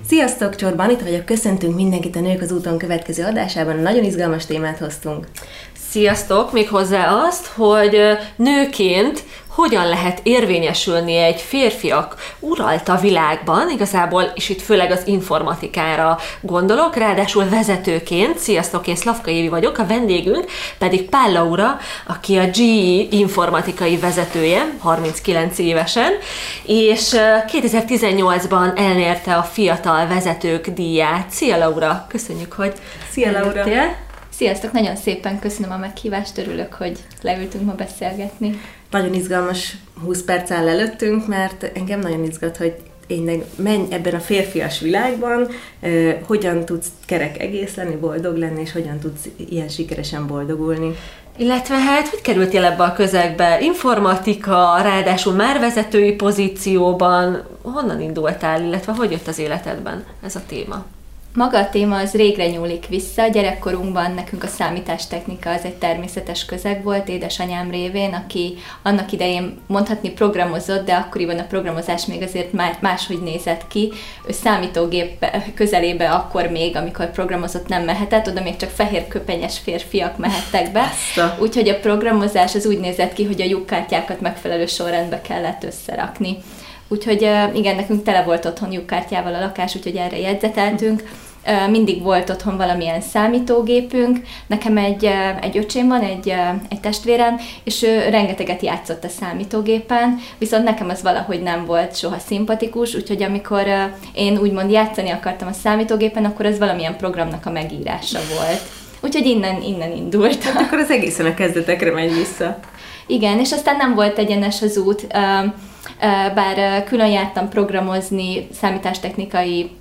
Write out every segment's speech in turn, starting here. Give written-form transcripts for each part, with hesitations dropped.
Sziasztok, Csorban, itt vagyok, köszöntünk mindenkit a Nők az úton következő adásában, nagyon izgalmas témát hoztunk. Sziasztok, méghozzá azt, hogy nőként hogyan lehet érvényesülni egy férfiak uralta világban, igazából, és itt főleg az informatikára gondolok, ráadásul vezetőként. Sziasztok, én Szlavka Évi vagyok, a vendégünk pedig Pál Laura, aki a GE informatikai vezetője, 39 évesen, és 2018-ban elnyerte a Fiatal Vezetők díját. Szia Laura, köszönjük, hogy Szia Laura! Sziasztok, nagyon szépen köszönöm a meghívást, örülök, hogy leültünk ma beszélgetni. Nagyon izgalmas 20 perc áll előttünk, mert engem nagyon izgat, hogy menj ebben a férfias világban, hogyan tudsz kerek egész lenni, boldog lenni, és hogyan tudsz ilyen sikeresen boldogulni. Illetve hát, hogy kerültél ebbe a közegbe? Informatika, ráadásul már vezetői pozícióban. Honnan indultál, illetve hogy jött az életedben ez a téma? Maga a téma az régre nyúlik vissza. Gyerekkorunkban nekünk a számítástechnika az egy természetes közeg volt, édesanyám révén, aki annak idején mondhatni programozott, de akkoriban a programozás még azért máshogy nézett ki. Ő számítógép közelébe akkor még, amikor programozott, nem mehetett, oda még csak fehér köpenyes férfiak mehettek be. Úgyhogy a programozás az úgy nézett ki, hogy a lyukkártyákat megfelelő sorrendbe kellett összerakni. Úgyhogy igen, nekünk tele volt otthon lyukkártyával a lakás, úgyhogy erre jegyzeteltünk. Mindig volt otthon valamilyen számítógépünk. Nekem egy öcsém van, egy testvérem, és ő rengeteget játszott a számítógépen, viszont nekem az valahogy nem volt soha szimpatikus, úgyhogy amikor én úgymond játszani akartam a számítógépen, akkor az valamilyen programnak a megírása volt. Úgyhogy innen indult. Hát akkor az egészen a kezdetekre megy vissza. Igen, és aztán nem volt egyenes az út. Bár külön jártam programozni, számítástechnikai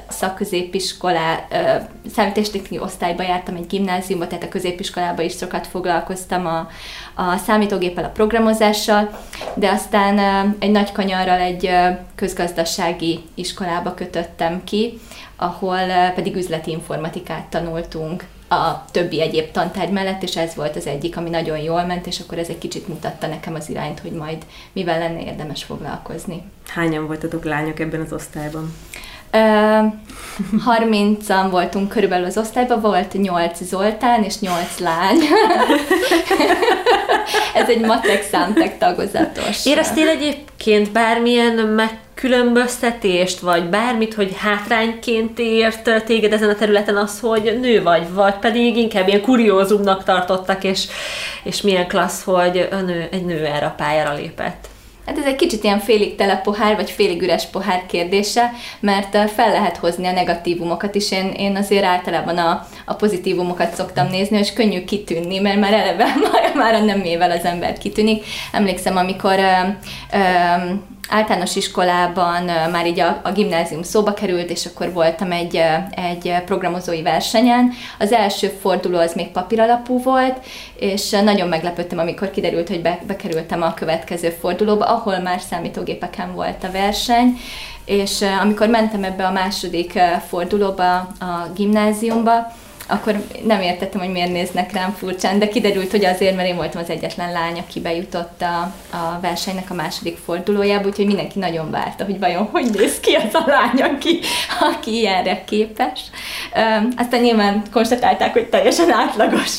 számítástechnikai osztályba jártam egy gimnáziumba, tehát a középiskolában is sokat foglalkoztam a számítógéppel, a programozással, de aztán egy nagy kanyarral egy közgazdasági iskolába kötöttem ki, ahol pedig üzleti informatikát tanultunk a többi egyéb tantárgy mellett, és ez volt az egyik, ami nagyon jól ment, és akkor ez egy kicsit mutatta nekem az irányt, hogy majd mivel lenne érdemes foglalkozni. Hányan voltatok lányok ebben az osztályban? 30-an voltunk körülbelül az osztályban, volt 8 Zoltán és 8 lány. Ez egy matek számtek tagozatos. Éreztél egyébként bármilyen megkülönböztetést, vagy bármit, hogy hátrányként ért téged ezen a területen az, hogy nő vagy pedig inkább ilyen kuriózumnak tartottak, és milyen klassz, hogy egy nő erre a pályára lépett? Hát ez egy kicsit ilyen félig tele pohár, vagy félig üres pohár kérdése, mert fel lehet hozni a negatívumokat is. Én azért általában a pozitívumokat szoktam nézni, és könnyű kitűnni, mert már eleve már a nemével az ember kitűnik. Emlékszem, amikor általános iskolában már így a gimnázium szóba került, és akkor voltam egy programozói versenyen. Az első forduló az még papíralapú volt, és nagyon meglepődtem, amikor kiderült, hogy bekerültem a következő fordulóba, ahol már számítógépeken volt a verseny, és amikor mentem ebbe a második fordulóba a gimnáziumba, akkor nem értettem, hogy miért néznek rám furcsán, de kiderült, hogy azért, mert én voltam az egyetlen lány, aki bejutott a versenynek a második fordulójába, úgyhogy mindenki nagyon várta, hogy vajon hogy néz ki az a lány, aki ilyenre képes. Aztán nyilván konstatálták, hogy teljesen átlagos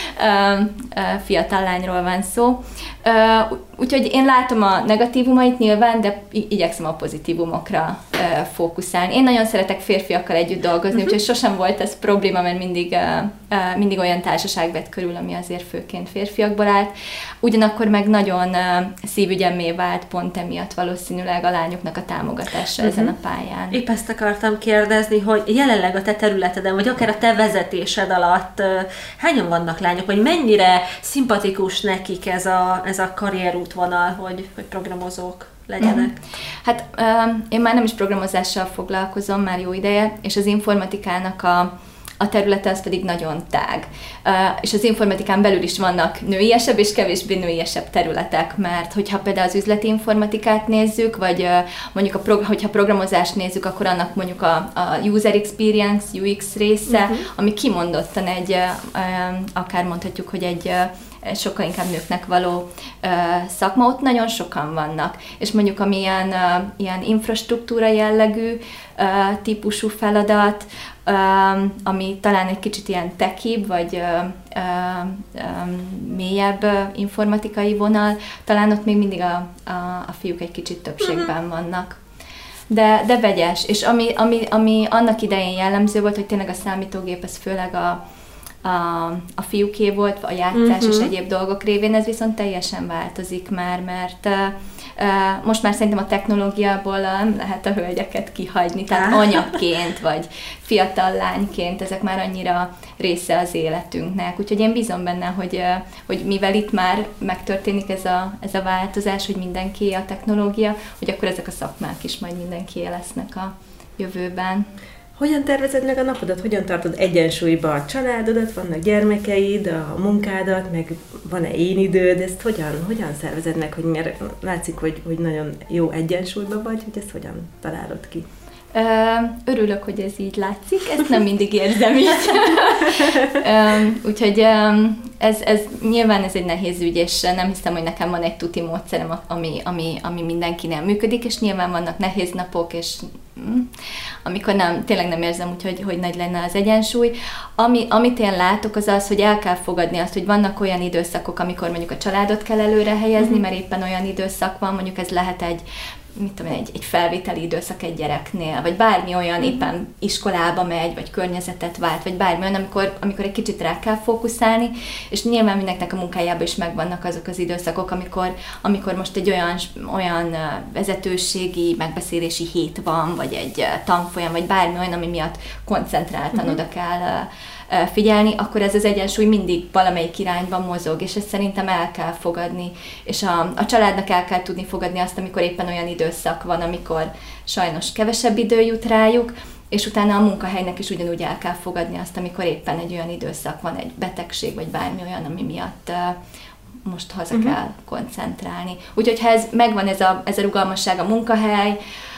fiatal lányról van szó. Úgyhogy én látom a negatívumait nyilván, de igyekszem a pozitívumokra fókuszálni. Én nagyon szeretek férfiakkal együtt dolgozni, úgyhogy sosem volt ez probléma, mert mindig olyan társaság vett körül, ami azért főként férfiakból állt. Ugyanakkor meg nagyon szívügyemmé vált pont emiatt valószínűleg a lányoknak a támogatása ezen a pályán. Épp ezt akartam kérdezni, hogy jelenleg a te területeden, vagy akár a te vezetésed alatt hányan vannak lányok, vagy mennyire szimpatikus nekik ez a karrierútvonal, hogy programozók legyenek? Hát én már nem is programozással foglalkozom már jó ideje, és az informatikának a területe az pedig nagyon tág. És az informatikán belül is vannak nőiesebb és kevésbé nőiesebb területek, mert hogyha például az üzleti informatikát nézzük, vagy mondjuk hogyha programozást nézzük, akkor annak mondjuk a user experience, UX része, ami kimondottan akár mondhatjuk, hogy sokkal inkább nőknek való szakma, ott nagyon sokan vannak. És mondjuk ami ilyen infrastruktúra jellegű típusú feladat, ami talán egy kicsit ilyen techibb, vagy mélyebb informatikai vonal, talán ott még mindig a fiúk egy kicsit többségben vannak. De vegyes, és ami annak idején jellemző volt, hogy tényleg a számítógép, ez főleg a fiúké volt, a játszás és egyéb dolgok révén, ez viszont teljesen változik már, mert most már szerintem a technológiából nem lehet a hölgyeket kihagyni, tehát anyaként, vagy fiatal lányként, ezek már annyira része az életünknek. Úgyhogy én bízom benne, hogy mivel itt már megtörténik ez a változás, hogy mindenki a technológia, hogy akkor ezek a szakmák is majd mindenki lesznek a jövőben. Hogyan tervezed meg a napodat? Hogyan tartod egyensúlyba a családodat? Vannak gyermekeid, a munkádat, meg van-e én időd? Ezt hogyan szervezed meg, hogy miért látszik, hogy nagyon jó egyensúlyban vagy, hogy ezt hogyan találod ki? Örülök, hogy ez így látszik, ezt nem mindig érzem így. Úgyhogy ez nyilván ez egy nehéz ügy, és nem hiszem, hogy nekem van egy tuti módszerem, ami mindenkinél működik, és nyilván vannak nehéz napok, és amikor tényleg nem érzem úgy, hogy nagy lenne az egyensúly. Amit én látok, az az, hogy el kell fogadni azt, hogy vannak olyan időszakok, amikor mondjuk a családot kell előre helyezni, mert éppen olyan időszak van, mondjuk ez lehet egy felvételi időszak egy gyereknél, vagy bármi olyan éppen iskolába megy, vagy környezetet vált, vagy bármi olyan, amikor egy kicsit rá kell fókuszálni, és nyilván mindenkinek a munkájában is megvannak azok az időszakok, amikor most egy olyan vezetőségi, megbeszélési hét van, vagy egy tanfolyam, vagy bármi olyan, ami miatt koncentráltan oda kell figyelni, akkor ez az egyensúly mindig valamelyik irányban mozog, és ezt szerintem el kell fogadni, és a családnak el kell tudni fogadni azt, amikor éppen olyan időszak van, amikor sajnos kevesebb idő jut rájuk, és utána a munkahelynek is ugyanúgy el kell fogadni azt, amikor éppen egy olyan időszak van, egy betegség, vagy bármi olyan, ami miatt most haza kell koncentrálni. Úgyhogy ha megvan ez a rugalmasság, a munkahely,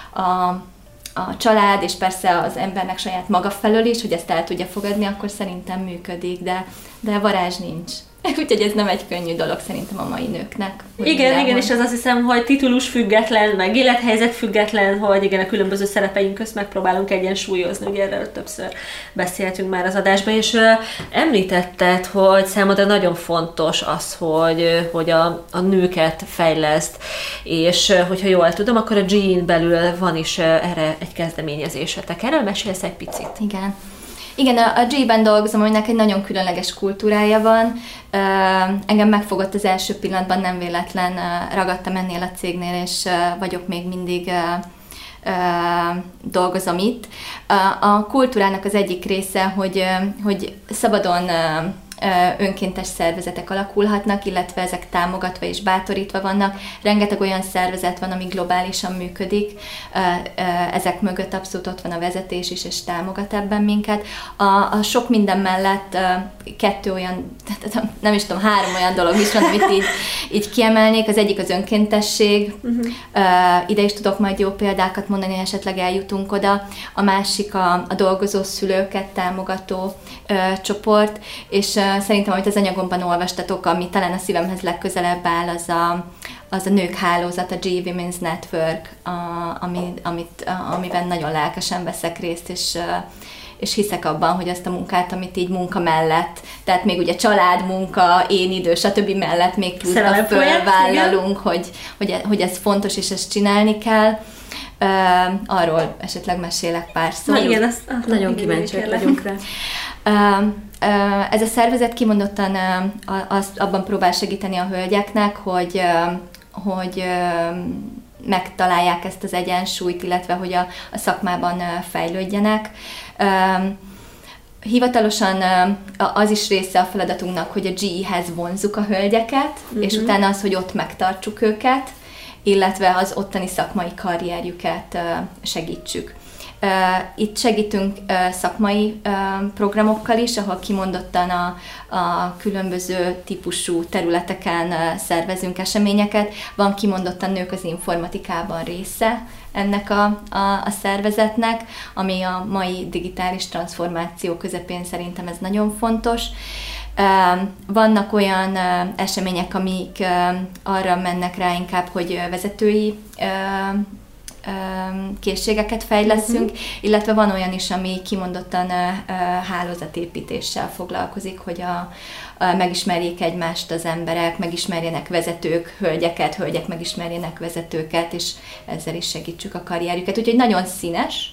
a család, és persze az embernek saját maga felől is, hogy ezt el tudja fogadni, akkor szerintem működik, de varázs nincs. Úgyhogy ez nem egy könnyű dolog szerintem a mai nőknek. Igen, és az azt hiszem, hogy titulus független, meg élethelyzet független, hogy igen, a különböző szerepeink közt megpróbálunk egyensúlyozni, ugye erről többször beszéltünk már az adásban, és említetted, hogy számodra nagyon fontos az, hogy a nőket fejleszt, és hogyha jól tudom, akkor a GE-n belül van is erre egy kezdeményezésetek. Erről mesélsz egy picit? Igen, a GE-ben dolgozom, aminek egy nagyon különleges kultúrája van. Engem megfogott az első pillanatban, nem véletlen ragadtam ennél a cégnél, és vagyok még mindig, dolgozom itt. A kultúrának az egyik része, hogy szabadon önkéntes szervezetek alakulhatnak, illetve ezek támogatva és bátorítva vannak. Rengeteg olyan szervezet van, ami globálisan működik, ezek mögött abszolút ott van a vezetés is, és támogat ebben minket. A sok minden mellett kettő olyan, nem is tudom, 3 olyan dolog is van, amit így kiemelnék. Az egyik az önkéntesség, ide is tudok majd jó példákat mondani, esetleg eljutunk oda. A másik a dolgozó szülőket támogató csoport, és szerintem, amit az anyagomban olvastatok, ami talán a szívemhez legközelebb áll, az a nők hálózat, a GE Women's Network, amiben nagyon lelkesen veszek részt, és hiszek abban, hogy azt a munkát, amit így munka mellett, tehát még ugye családmunka, én idő, stb. Mellett még pluszba fölvállalunk, hogy ez fontos, és ezt csinálni kell. Arról esetleg mesélek pár szót. Igen, azt nagyon kíváncsiak vagyunk rá. Ez a szervezet kimondottan abban próbál segíteni a hölgyeknek, hogy megtalálják ezt az egyensúlyt, illetve hogy a szakmában fejlődjenek. Hivatalosan az is része a feladatunknak, hogy a GE-hez vonzzuk a hölgyeket, és utána az, hogy ott megtartsuk őket, illetve az ottani szakmai karrierjüket segítsük. Itt segítünk szakmai programokkal is, ahol kimondottan a különböző típusú területeken szervezünk eseményeket. Van kimondottan nők az informatikában része ennek a szervezetnek, ami a mai digitális transformáció közepén szerintem ez nagyon fontos. Vannak olyan események, amik arra mennek rá inkább, hogy vezetői készségeket fejleszünk, illetve van olyan is, ami kimondottan hálózatépítéssel foglalkozik, hogy megismerjék egymást az emberek, megismerjenek vezetők, hölgyek megismerjenek vezetőket, és ezzel is segítsük a karrierjüket. Úgyhogy nagyon színes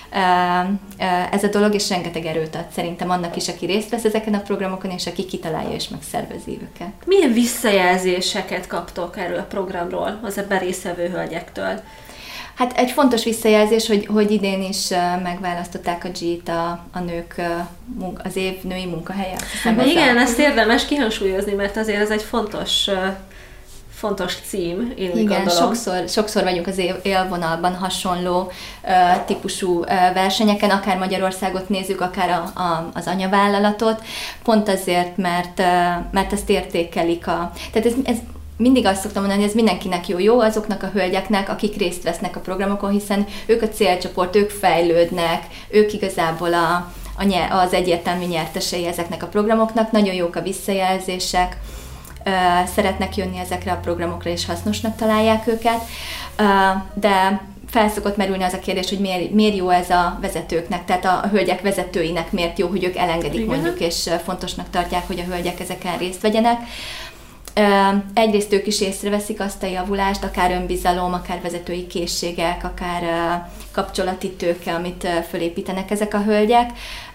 ez a dolog, és rengeteg erőt ad szerintem annak is, aki részt vesz ezeken a programokon, és aki kitalálja és megszervezi őket. Milyen visszajelzéseket kaptok erről a programról, az ebben résztvevő hölgyektől? Hát egy fontos visszajelzés, hogy idén is megválasztották a G-t a nők az év női munkahelye. Igen, ezt érdemes kihangsúlyozni, mert azért ez egy fontos cím, én úgy gondolom. Sokszor vagyunk az élvonalban hasonló típusú versenyeken, akár Magyarországot nézzük, akár az anyavállalatot, pont azért, mert ezt értékelik. Tehát ez mindig azt szoktam mondani, hogy ez mindenkinek jó azoknak a hölgyeknek, akik részt vesznek a programokon, hiszen ők a célcsoport, ők fejlődnek, ők igazából az egyértelmű nyertesei ezeknek a programoknak, nagyon jók a visszajelzések, szeretnek jönni ezekre a programokra, és hasznosnak találják őket, de fel szokott merülni az a kérdés, hogy miért jó ez a vezetőknek, tehát a hölgyek vezetőinek miért jó, hogy ők elengedik mondjuk, és fontosnak tartják, hogy a hölgyek ezeken részt vegyenek. Egyrészt ők is észreveszik azt a javulást, akár önbizalom, akár vezetői készségek, akár kapcsolati tőke, amit fölépítenek ezek a hölgyek,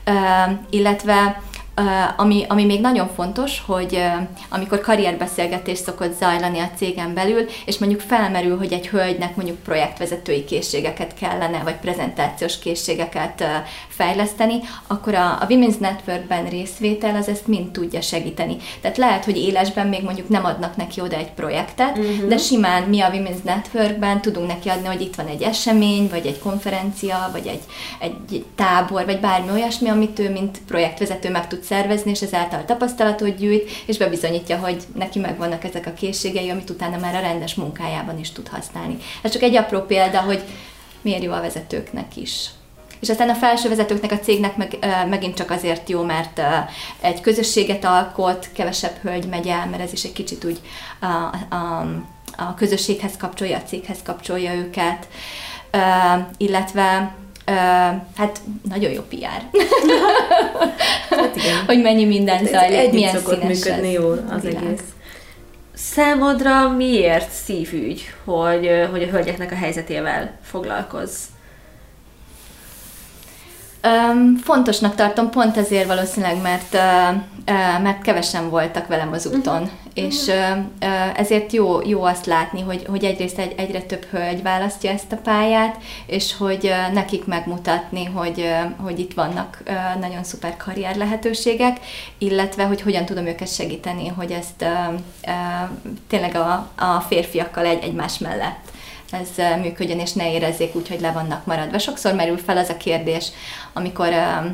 illetve ami még nagyon fontos, hogy amikor karrierbeszélgetés szokott zajlani a cégen belül, és mondjuk felmerül, hogy egy hölgynek mondjuk projektvezetői készségeket kellene, vagy prezentációs készségeket fejleszteni, akkor a Women's Networkben részvétel az ezt mind tudja segíteni. Tehát lehet, hogy élesben még mondjuk nem adnak neki oda egy projektet, de simán mi a Women's Networkben tudunk neki adni, hogy itt van egy esemény, vagy egy konferencia, vagy egy tábor, vagy bármi olyasmi, amit ő mint projektvezető meg tud szervezni, és ezáltal tapasztalatot gyűjt, és bebizonyítja, hogy neki megvannak ezek a készségei, amit utána már a rendes munkájában is tud használni. Ez csak egy apró példa, hogy miért jó a vezetőknek is. És aztán a felső vezetőknek, a cégnek megint csak azért jó, mert egy közösséget alkot, kevesebb hölgy megy el, mert ez is egy kicsit úgy a közösséghez kapcsolja, a céghez kapcsolja őket, illetve hát nagyon jó PR. Hát igen. Hogy mennyi minden zajlik, milyen szokott működni jól az egész. Számodra miért szívügy, hogy a hölgyeknek a helyzetével foglalkozz? Fontosnak tartom, pont ezért valószínűleg, mert kevesen voltak velem az úton, és ezért jó azt látni, hogy egyrészt egyre több hölgy választja ezt a pályát, és hogy nekik megmutatni, hogy itt vannak nagyon szuper karrier lehetőségek, illetve hogy hogyan tudom őket segíteni, hogy ezt tényleg a férfiakkal egymás mellett ez működjön, és ne érezzék úgy, hogy le vannak maradva. Sokszor merül fel az a kérdés, amikor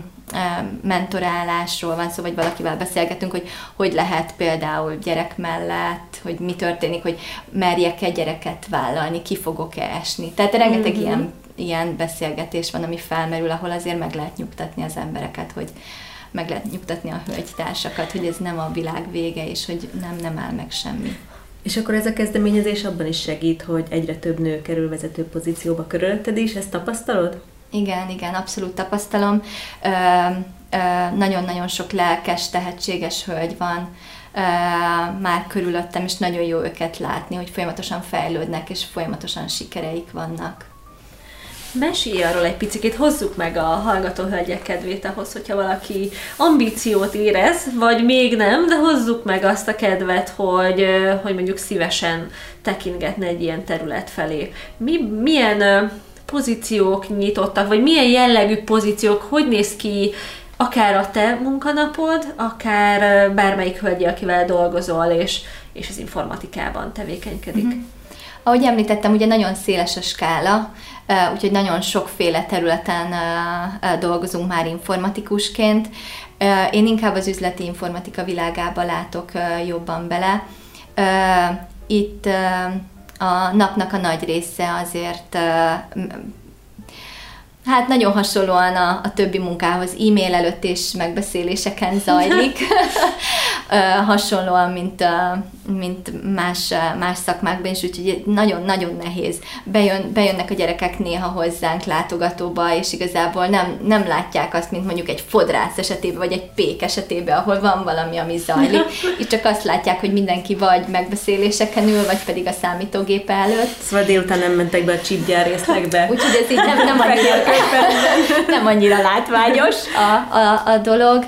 mentorálásról van szó, vagy valakivel beszélgetünk, hogy lehet például gyerek mellett, hogy mi történik, hogy merjek-e gyereket vállalni, ki fogok-e esni. Tehát rengeteg ilyen beszélgetés van, ami felmerül, ahol azért meg lehet nyugtatni az embereket, hogy meg lehet nyugtatni a hölgytársakat, hogy ez nem a világ vége, és hogy nem áll meg semmi. És akkor ez a kezdeményezés abban is segít, hogy egyre több nő kerül vezető pozícióba körülötted is, ezt tapasztalod? Igen, abszolút tapasztalom. Nagyon-nagyon sok lelkes, tehetséges hölgy van már körülöttem, és nagyon jó őket látni, hogy folyamatosan fejlődnek, és folyamatosan sikereik vannak. Mesélj arról egy picit, hozzuk meg a hallgató hölgyek kedvét ahhoz, hogyha valaki ambíciót érez, vagy még nem, de hozzuk meg azt a kedvet, hogy mondjuk szívesen tekintgetne egy ilyen terület felé. Milyen pozíciók nyitottak, vagy milyen jellegű pozíciók, hogy néz ki akár a te munkanapod, akár bármelyik hölgy, akivel dolgozol, és az informatikában tevékenykedik. Ahogy említettem, ugye nagyon széles a skála, úgyhogy nagyon sokféle területen dolgozunk már informatikusként. Én inkább az üzleti informatika világába látok jobban bele. Itt a napnak a nagy része azért Hát nagyon hasonlóan a többi munkához, e-mail előtt és megbeszéléseken zajlik. Hasonlóan, mint más szakmákban is, úgyhogy nagyon-nagyon nehéz. Bejönnek a gyerekek néha hozzánk látogatóba, és igazából nem látják azt, mint mondjuk egy fodrász esetében, vagy egy pék esetében, ahol van valami, ami zajlik. Itt csak azt látják, hogy mindenki vagy megbeszéléseken ül, vagy pedig a számítógép előtt. Szóval délután nem mentek be a chipgyár részlegbe. Úgyhogy ez így nem annyira látványos a dolog.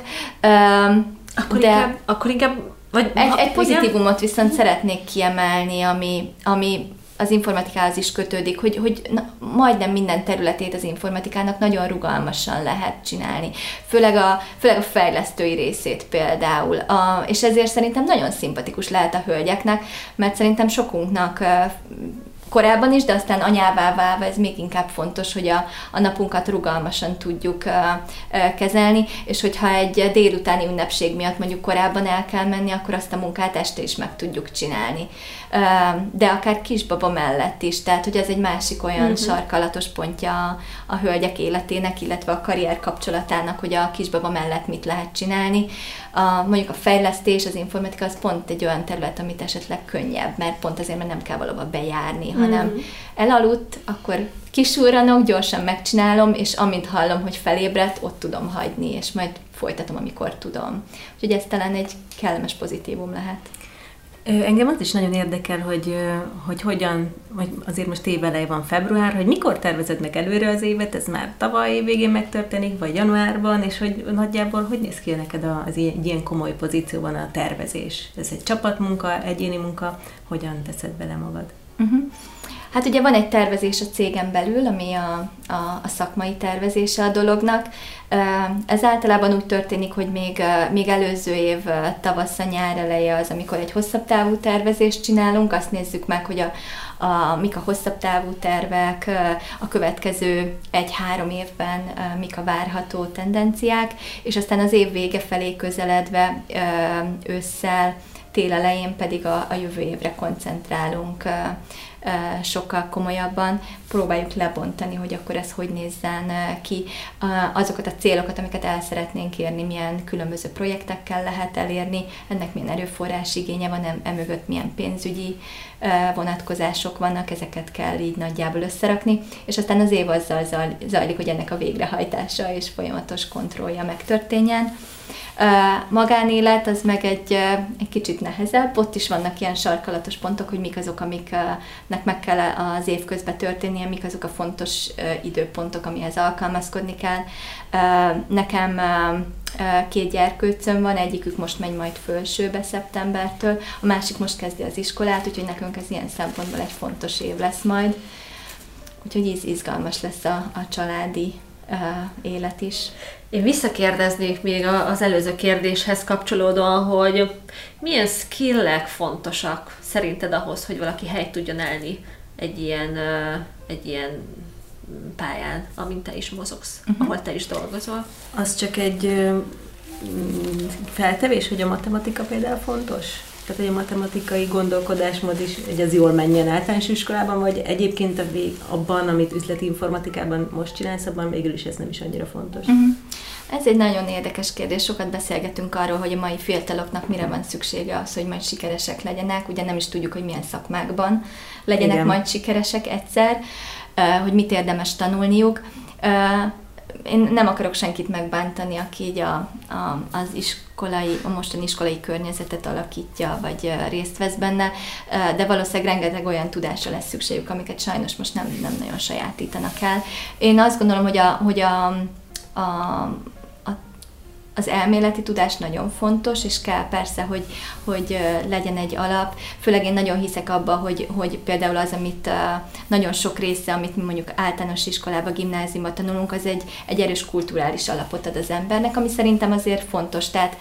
Akkor inkább vagy egy pozitívumot viszont szeretnék kiemelni, ami az informatikához is kötődik, hogy majdnem minden területét az informatikának nagyon rugalmasan lehet csinálni. Főleg a fejlesztői részét például. És ezért szerintem nagyon szimpatikus lehet a hölgyeknek, mert szerintem sokunknak korábban is, de aztán anyává válva ez még inkább fontos, hogy a napunkat rugalmasan tudjuk kezelni, és hogyha egy délutáni ünnepség miatt mondjuk korábban el kell menni, akkor azt a munkát este is meg tudjuk csinálni. De akár kisbaba mellett is, tehát hogy ez egy másik olyan sarkalatos pontja a hölgyek életének, illetve a karrier kapcsolatának, hogy a kisbaba mellett mit lehet csinálni. Mondjuk a fejlesztés, az informatika az pont egy olyan terület, amit esetleg könnyebb, mert pont azért, mert nem kell valahova bejárni, hanem elaludt, akkor kisurranok, gyorsan megcsinálom, és amint hallom, hogy felébredt, ott tudom hagyni, és majd folytatom, amikor tudom. Úgyhogy ez talán egy kellemes pozitívum lehet. Engem az is nagyon érdekel, hogy hogyan, vagy azért most évelej van február, hogy mikor tervezed meg előre az évet, ez már tavaly év végén megtörténik, vagy januárban, és hogy nagyjából hogy néz ki neked az ilyen komoly pozícióban a tervezés? Ez egy csapatmunka, egyéni munka, hogyan teszed bele magad? Hát ugye van egy tervezés a cégen belül, ami a szakmai tervezése a dolognak. Ez általában úgy történik, hogy még előző év tavasz, nyár eleje az, amikor egy hosszabb távú tervezést csinálunk, azt nézzük meg, hogy mik a hosszabb távú tervek, a következő 1-3 évben mik a várható tendenciák, és aztán az év vége felé közeledve ősszel, tél elején pedig a jövő évre koncentrálunk sokkal komolyabban, próbáljuk lebontani, hogy akkor ez hogy nézzen ki, azokat a célokat, amiket el szeretnénk érni, milyen különböző projektekkel lehet elérni, ennek milyen erőforrás igénye van, emögött milyen pénzügyi vonatkozások vannak, ezeket kell így nagyjából összerakni, és aztán az év azzal zajlik, hogy ennek a végrehajtása és folyamatos kontrollja megtörténjen. Magánélet az meg egy kicsit nehezebb, ott is vannak ilyen sarkalatos pontok, hogy mik azok, amiknek meg kell az év közben történnie, mik azok a fontos időpontok, amihez alkalmazkodni kell. Nekem 2 gyerkőcöm van, egyikük most megy majd fölsőbe szeptembertől, a másik most kezdi az iskolát, úgyhogy nekünk ez ilyen szempontból egy fontos év lesz majd. Úgyhogy izgalmas lesz a családi élet is. Én visszakérdeznék még az előző kérdéshez kapcsolódóan, hogy milyen skillek fontosak szerinted ahhoz, hogy valaki helyt tudjon állni egy ilyen pályán, amint te is mozogsz, ahol te is dolgozol? Az csak egy feltevés, hogy a matematika például fontos? Tehát, hogy a matematikai gondolkodásmód is, hogy az jól menjen általános iskolában, vagy egyébként abban, amit üzleti informatikában most csinálsz, abban végül is ez nem is annyira fontos. Ez egy nagyon érdekes kérdés. Sokat beszélgetünk arról, hogy a mai fiataloknak mire van szüksége az, hogy majd sikeresek legyenek. Ugye nem is tudjuk, hogy milyen szakmákban legyenek Igen. majd sikeresek egyszer, hogy mit érdemes tanulniuk. Én nem akarok senkit megbántani, aki így a mostani iskolai környezetet alakítja, vagy részt vesz benne, de valószínűleg rengeteg olyan tudásra lesz szükségük, amiket sajnos most nem nagyon sajátítanak el. Én azt gondolom, hogy az elméleti tudás nagyon fontos, és kell persze, hogy legyen egy alap. Főleg én nagyon hiszek abba, hogy például az, amit nagyon sok része, amit mi mondjuk általános iskolában, gimnáziumban tanulunk, az egy erős kulturális alapot ad az embernek, ami szerintem azért fontos. Tehát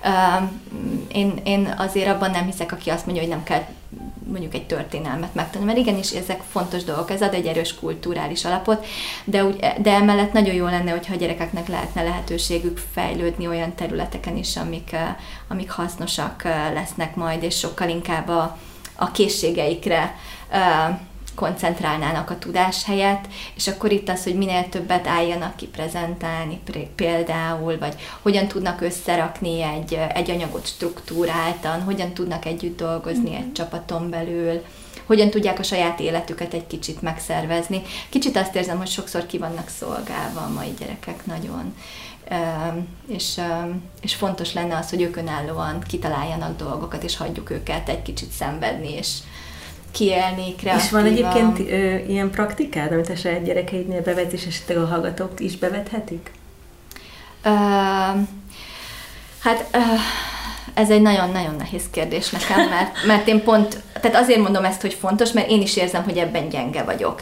én azért abban nem hiszek, aki azt mondja, hogy nem kell mondjuk egy történelmet megtanulni, mert igenis ezek fontos dolgok, ez ad egy erős kulturális alapot, de emellett nagyon jó lenne, hogyha a gyerekeknek lehetne lehetőségük fejlődni olyan területeken is, amik hasznosak lesznek majd, és sokkal inkább a készségeikre koncentrálnának a tudás helyett, és akkor itt az, hogy minél többet álljanak ki prezentálni például, vagy hogyan tudnak összerakni egy anyagot struktúráltan, hogyan tudnak együtt dolgozni egy csapaton belül, hogyan tudják a saját életüket egy kicsit megszervezni. Kicsit azt érzem, hogy sokszor ki vannak szolgálva a mai gyerekek nagyon. És fontos lenne az, hogy ők önállóan kitaláljanak dolgokat, és hagyjuk őket egy kicsit szenvedni, és kiélni kreatívan. És van egyébként ilyen praktikád, amit a saját gyerekeidnél bevetsz, és esetleg a hallgatók is bevethetik? Ez egy nagyon-nagyon nehéz kérdés nekem, mert én pont, tehát azért mondom ezt, hogy fontos, mert én is érzem, hogy ebben gyenge vagyok.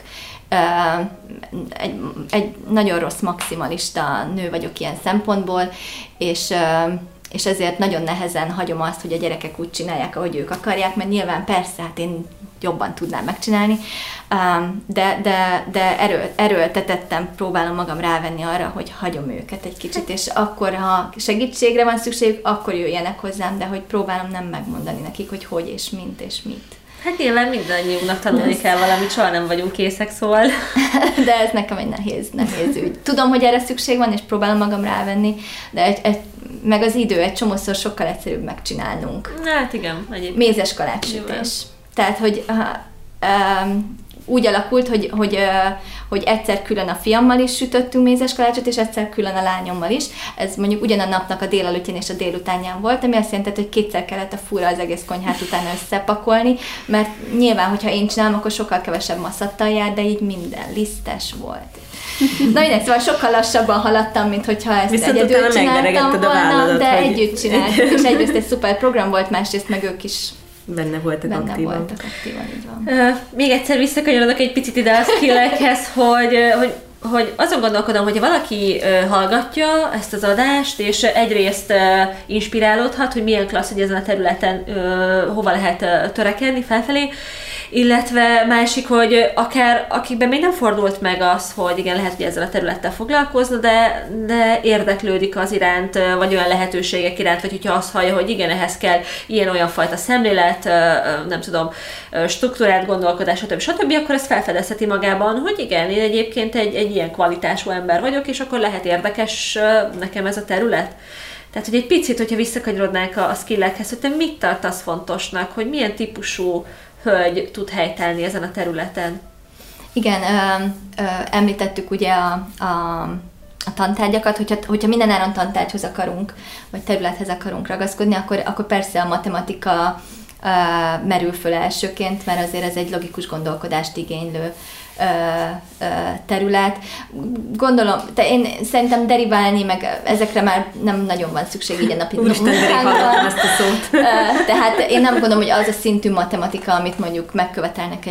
Egy nagyon rossz maximalista nő vagyok ilyen szempontból, és ezért nagyon nehezen hagyom azt, hogy a gyerekek úgy csinálják, ahogy ők akarják, mert nyilván persze, hát én jobban tudnám megcsinálni, de erőltetetten próbálom magam rávenni arra, hogy hagyom őket egy kicsit, és akkor, ha segítségre van szükségük, akkor jöjjenek hozzám, de hogy próbálom nem megmondani nekik, hogy és mint és mit. Hát nyilván mindannyiunknak tanulni kell valamit, soha nem vagyunk készek, szóval. De ez nekem egy nehéz ügy. Tudom, hogy erre szükség van, és próbálom magam rávenni, de meg az idő egy csomószor sokkal egyszerűbb megcsinálnunk. Hát igen, egyébként. Mézes kalácssütés. Tehát, hogy úgy alakult, hogy egyszer külön a fiammal is sütöttünk mézes kalácsot, és egyszer külön a lányommal is. Ez mondjuk ugyan a napnak a délelőttjén és a délutánján volt, ami azt jelenti, hogy kétszer kellett a fura az egész konyhát utána összepakolni, mert nyilván, hogyha én csinálom, akkor sokkal kevesebb masszattal jár, de így minden lisztes volt. Na mindegy, szóval sokkal lassabban haladtam, mint hogyha ezt viszont egyedül csináltam volna, de hogy... együtt csináltuk, és egyrészt egy szuper program volt, másrészt meg ők is Benne voltak aktívan, így van. Még egyszer visszakanyarodok egy picit ide a skillekhez, hogy azon gondolkodom, hogy ha valaki hallgatja ezt az adást, és egyrészt inspirálódhat, hogy milyen klassz, hogy ezen a területen hova lehet törekedni felfelé, illetve másik, hogy akár akikben még nem fordult meg az, hogy igen, lehet, hogy ezzel a területtel foglalkozna, de érdeklődik az iránt, vagy olyan lehetőségek iránt, vagy hogyha azt hallja, hogy igen, ehhez kell ilyen-olyan fajta szemlélet, nem tudom, struktúrált gondolkodás, stb., akkor ezt felfedezheti magában, hogy igen, én egyébként egy ilyen kvalitású ember vagyok, és akkor lehet érdekes nekem ez a terület. Tehát, hogy egy picit, hogyha visszakanyarodnánk a skillekhez, hogy te mit tartasz fontosnak, hogy milyen típusú hölgy tud helytállni ezen a területen? Igen, említettük ugye a tantárgyakat, hogyha mindenáron tantárgyhoz akarunk, vagy területhez akarunk ragaszkodni, akkor persze a matematika merül föl elsőként, mert azért ez egy logikus gondolkodást igénylő terület. Gondolom, én szerintem deriválni, meg ezekre már nem nagyon van szükség így a napi munkánkban. ezt a szót. Tehát én nem gondolom, hogy az a szintű matematika, amit mondjuk megkövetelnek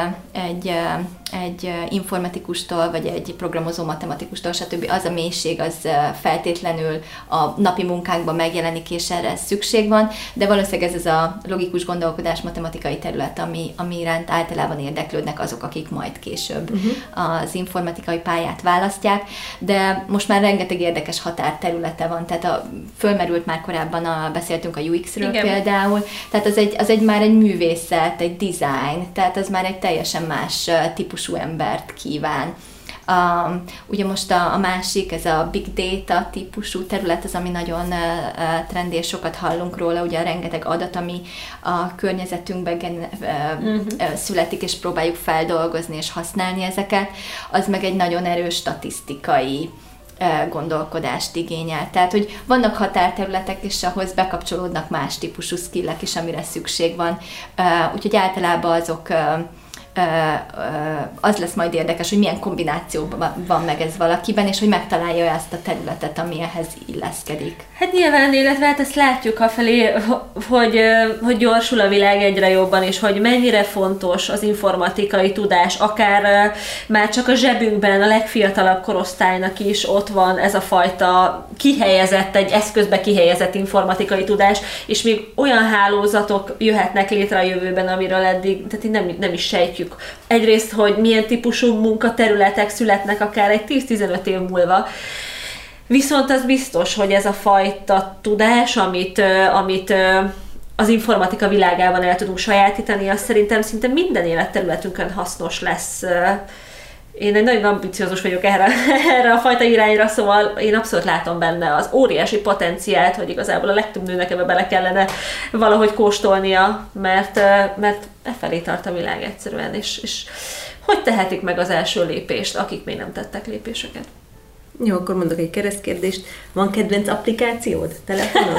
egy informatikustól, vagy egy programozó matematikustól, stb. Az a mélység, az feltétlenül a napi munkánkban megjelenik, és erre szükség van, de valószínűleg ez a logikus gondolkodás matematikai terület, ami iránt általában érdeklődnek azok, akik majd később az informatikai pályát választják, de most már rengeteg érdekes határterülete van, tehát fölmerült már korábban, beszéltünk a UX-ről például, tehát az egy már egy művészet, egy design, tehát az már egy teljesen más típusú embert kíván. Ugye most a másik, ez a big data típusú terület, az, ami nagyon trendi, és sokat hallunk róla, ugye rengeteg adat, ami a környezetünkben születik, és próbáljuk feldolgozni és használni ezeket, az meg egy nagyon erős statisztikai gondolkodást igényel. Tehát, hogy vannak határterületek, és ahhoz bekapcsolódnak más típusú skillek is, amire szükség van. Úgyhogy általában azok az lesz majd érdekes, hogy milyen kombinációban van meg ez valakiben, és hogy megtalálja ezt a területet, ami ehhez illeszkedik. Hát nyilván, illetve hát ezt látjuk afelé, hogy gyorsul a világ egyre jobban, és hogy mennyire fontos az informatikai tudás, akár már csak a zsebünkben a legfiatalabb korosztálynak is ott van ez a fajta egy eszközbe kihelyezett informatikai tudás, és még olyan hálózatok jöhetnek létre a jövőben, amiről eddig, tehát nem is sejtjük. Egyrészt, hogy milyen típusú munkaterületek születnek akár egy 10-15 év múlva. Viszont az biztos, hogy ez a fajta tudás, amit az informatika világában el tudunk sajátítani, az szerintem szinte minden életterületünkön hasznos lesz. Én egy nagyon ambiciózus vagyok erre a fajta irányra, szóval én abszolút látom benne az óriási potenciált, hogy igazából a legtöbb nőnek ebbe bele kellene valahogy kóstolnia, mert felé tart a világ egyszerűen, és hogy tehetik meg az első lépést, akik még nem tettek lépéseket? Jó, akkor mondok egy keresztkérdést. Van kedvenc applikációd telefonon?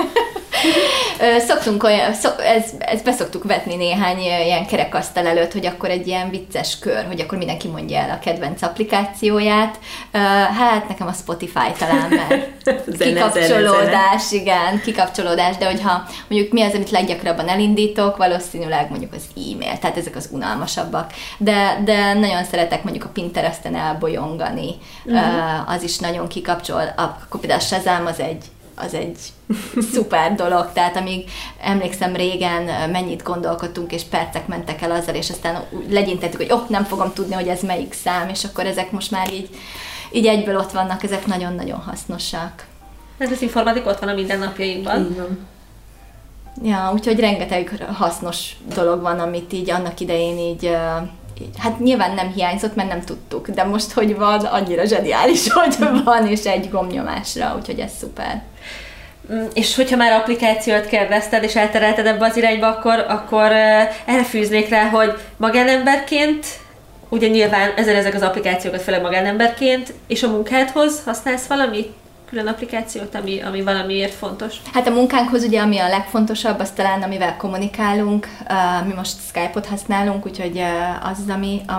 Szoktunk ezt beszoktuk vetni néhány ilyen kerekasztal előtt, hogy akkor egy ilyen vicces kör, hogy akkor mindenki mondja el a kedvenc applikációját. Hát nekem a Spotify talán, mert kikapcsolódás, igen, kikapcsolódás, de hogyha mondjuk mi az, amit leggyakrabban elindítok, valószínűleg mondjuk az e-mail, tehát ezek az unalmasabbak. De nagyon szeretek mondjuk a Pinteresten elbolyongani, az is nagyon kikapcsol. Akkor például a Shazam az egy szuper dolog, tehát amíg emlékszem régen mennyit gondolkodtunk, és percek mentek el azzal, és aztán legyintettük, hogy nem fogom tudni, hogy ez melyik szám, és akkor ezek most már így egyből ott vannak, ezek nagyon-nagyon hasznosak. Ez az informatika ott van a mindennapjainkban. Igen. Ja, úgyhogy rengeteg hasznos dolog van, amit így annak idején így hát nyilván nem hiányzott, mert nem tudtuk, de most, hogy van, annyira zseniális, hogy van, és egy gombnyomásra, úgyhogy ez szuper. És hogyha már applikációt kérdezted, és elterelted ebbe az irányba, akkor erre fűznék rá, hogy magánemberként, ugye nyilván ezek az applikációkat főleg magánemberként, és a munkádhoz használsz valami külön applikációt, ami valamiért fontos? Hát a munkánkhoz ugye, ami a legfontosabb, az talán, amivel kommunikálunk. Mi most Skype-ot használunk, úgyhogy az az,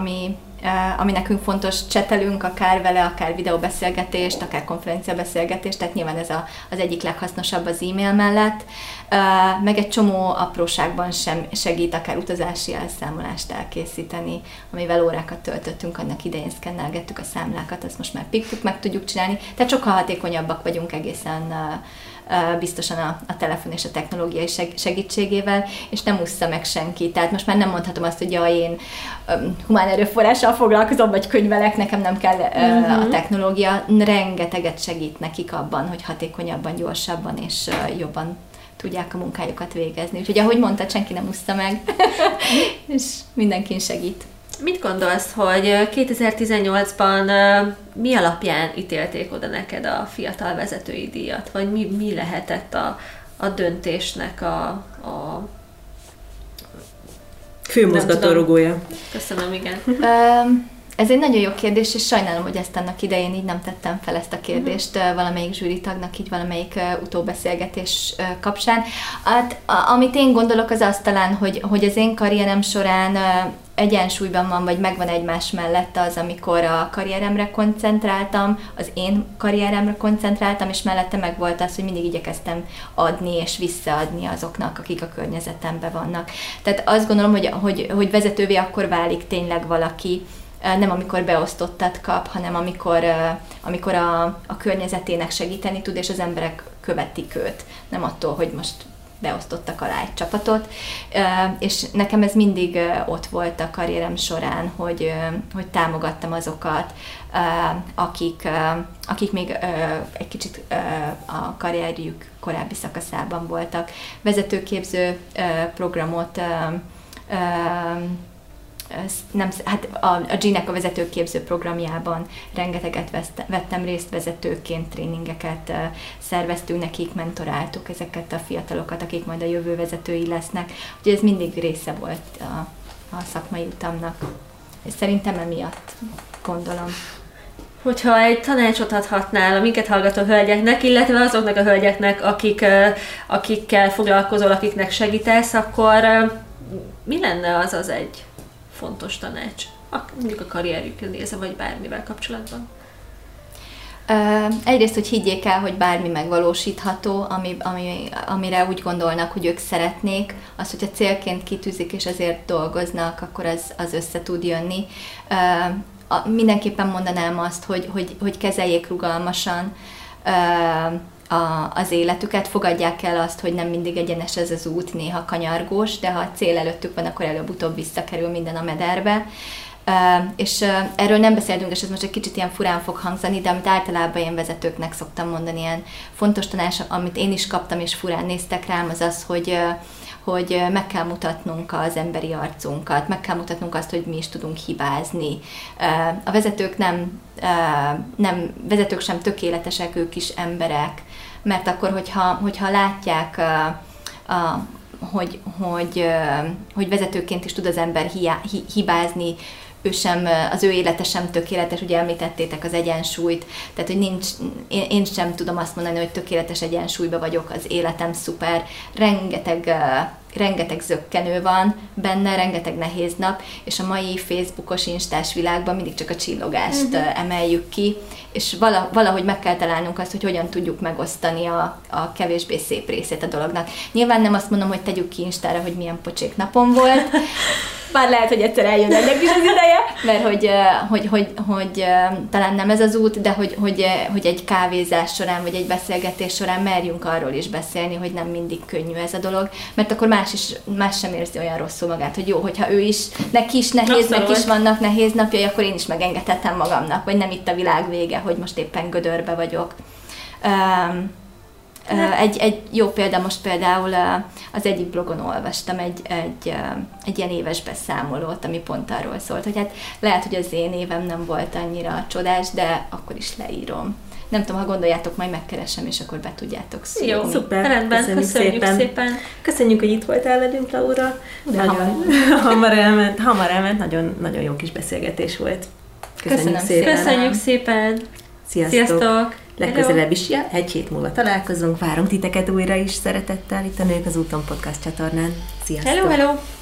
ami nekünk fontos, csetelünk akár vele, akár videóbeszélgetést, akár konferenciabeszélgetést, tehát nyilván ez az egyik leghasznosabb az e-mail mellett. Meg egy csomó apróságban sem segít, akár utazási elszámolást elkészíteni, amivel órákat töltöttünk, annak idején szkennelgettük a számlákat, azt most már piktuk meg tudjuk csinálni, tehát sokkal hatékonyabbak vagyunk egészen biztosan a telefon és a technológiai segítségével, és nem ússza meg senki. Tehát most már nem mondhatom azt, hogy én humán erőforrással foglalkozom, vagy könyvelek, nekem nem kell a technológia. Rengeteget segít nekik abban, hogy hatékonyabban, gyorsabban és jobban tudják a munkájukat végezni. Úgyhogy ahogy mondtad, senki nem ússza meg, és mindenkin segít. Mit gondolsz, hogy 2018-ban mi alapján ítélték oda neked a fiatal vezetői díjat? Vagy mi lehetett a döntésnek a főmozgatórugója? Köszönöm, igen. Ez egy nagyon jó kérdés, és sajnálom, hogy ezt annak idején így nem tettem fel ezt a kérdést valamelyik zsűritagnak, így valamelyik utóbeszélgetés kapcsán. Hát, amit én gondolok, az az talán, hogy az én karrierem során egyensúlyban van, vagy megvan egymás mellett az, amikor a karrieremre koncentráltam, az én karrieremre koncentráltam, és mellette meg volt az, hogy mindig igyekeztem adni és visszaadni azoknak, akik a környezetemben vannak. Tehát azt gondolom, hogy vezetővé akkor válik tényleg valaki, nem amikor beosztottat kap, hanem amikor a környezetének segíteni tud, és az emberek követik őt. Nem attól, hogy most beosztottak alá egy csapatot, és nekem ez mindig ott volt a karrierem során, hogy támogattam azokat, akik még egy kicsit a karrierjük korábbi szakaszában voltak. Vezetőképző programot a G-nek a vezetőképző programjában rengeteget vettem részt, vezetőként tréningeket szerveztünk nekik, mentoráltuk ezeket a fiatalokat, akik majd a jövő vezetői lesznek. Úgyhogy ez mindig része volt a szakmai utamnak. És szerintem emiatt gondolom. Hogyha egy tanácsot adhatnál a minket hallgató hölgyeknek, illetve azoknak a hölgyeknek, akikkel foglalkozol, akiknek segítesz, akkor mi lenne az egy fontos tanács, mondjuk a karrierjükön nézve, vagy bármivel kapcsolatban? Egyrészt, hogy higgyék el, hogy bármi megvalósítható, amire úgy gondolnak, hogy ők szeretnék, az, hogyha célként kitűzik és azért dolgoznak, akkor az össze tud jönni. Mindenképpen mondanám azt, hogy kezeljék rugalmasan az életüket, fogadják el azt, hogy nem mindig egyenes ez az út, néha kanyargós, de ha a cél előttük van, akkor előbb-utóbb visszakerül minden a mederbe. És erről nem beszéltünk, és ez most egy kicsit ilyen furán fog hangzani, de amit általában én vezetőknek szoktam mondani, ilyen fontos tanács, amit én is kaptam, és furán néztek rám, az az, hogy meg kell mutatnunk az emberi arcunkat, meg kell mutatnunk azt, hogy mi is tudunk hibázni. A vezetők vezetők sem tökéletesek, ők is emberek, mert akkor, hogyha látják, hogy vezetőként is tud az ember hibázni, az ő élete sem tökéletes, ugye említettétek az egyensúlyt, tehát hogy én sem tudom azt mondani, hogy tökéletes egyensúlyban vagyok, az életem szuper, rengeteg zökkenő van benne, rengeteg nehéz nap, és a mai Facebookos, instás világban mindig csak a csillogást emeljük ki, és valahogy meg kell találnunk azt, hogy hogyan tudjuk megosztani a kevésbé szép részét a dolognak. Nyilván nem azt mondom, hogy tegyük ki Instára, hogy milyen pocsék napom volt, bár lehet, hogy egyszer eljön ennek is az ideje, mert hogy talán nem ez az út, de hogy egy kávézás során, vagy egy beszélgetés során merjünk arról is beszélni, hogy nem mindig könnyű ez a dolog, mert akkor más sem érzi olyan rosszul magát, hogy jó, hogyha neki is nehéz, neki is vannak nehéz napjai, akkor én is megengedhetem magamnak, vagy nem itt a világ vége, hogy most éppen gödörbe vagyok. Egy jó példa, most például az egyik blogon olvastam egy ilyen éves beszámolót, ami pont arról szólt, hogy hát lehet, hogy az én évem nem volt annyira csodás, de akkor is leírom. Nem tudom, ha gondoljátok, majd megkeresem, és akkor be tudjátok szólni. Jó, szuper, rendben, köszönjük szépen. Köszönjük, hogy itt voltál velünk, Laura. Hamar elment, nagyon jó kis beszélgetés volt. Köszönjük szépen. Köszönjük szépen. Sziasztok. Legközelebb is egy hét múlva találkozunk. Várunk titeket újra is szeretettel itt a Nők az úton podcast csatornán. Sziasztok. Hello.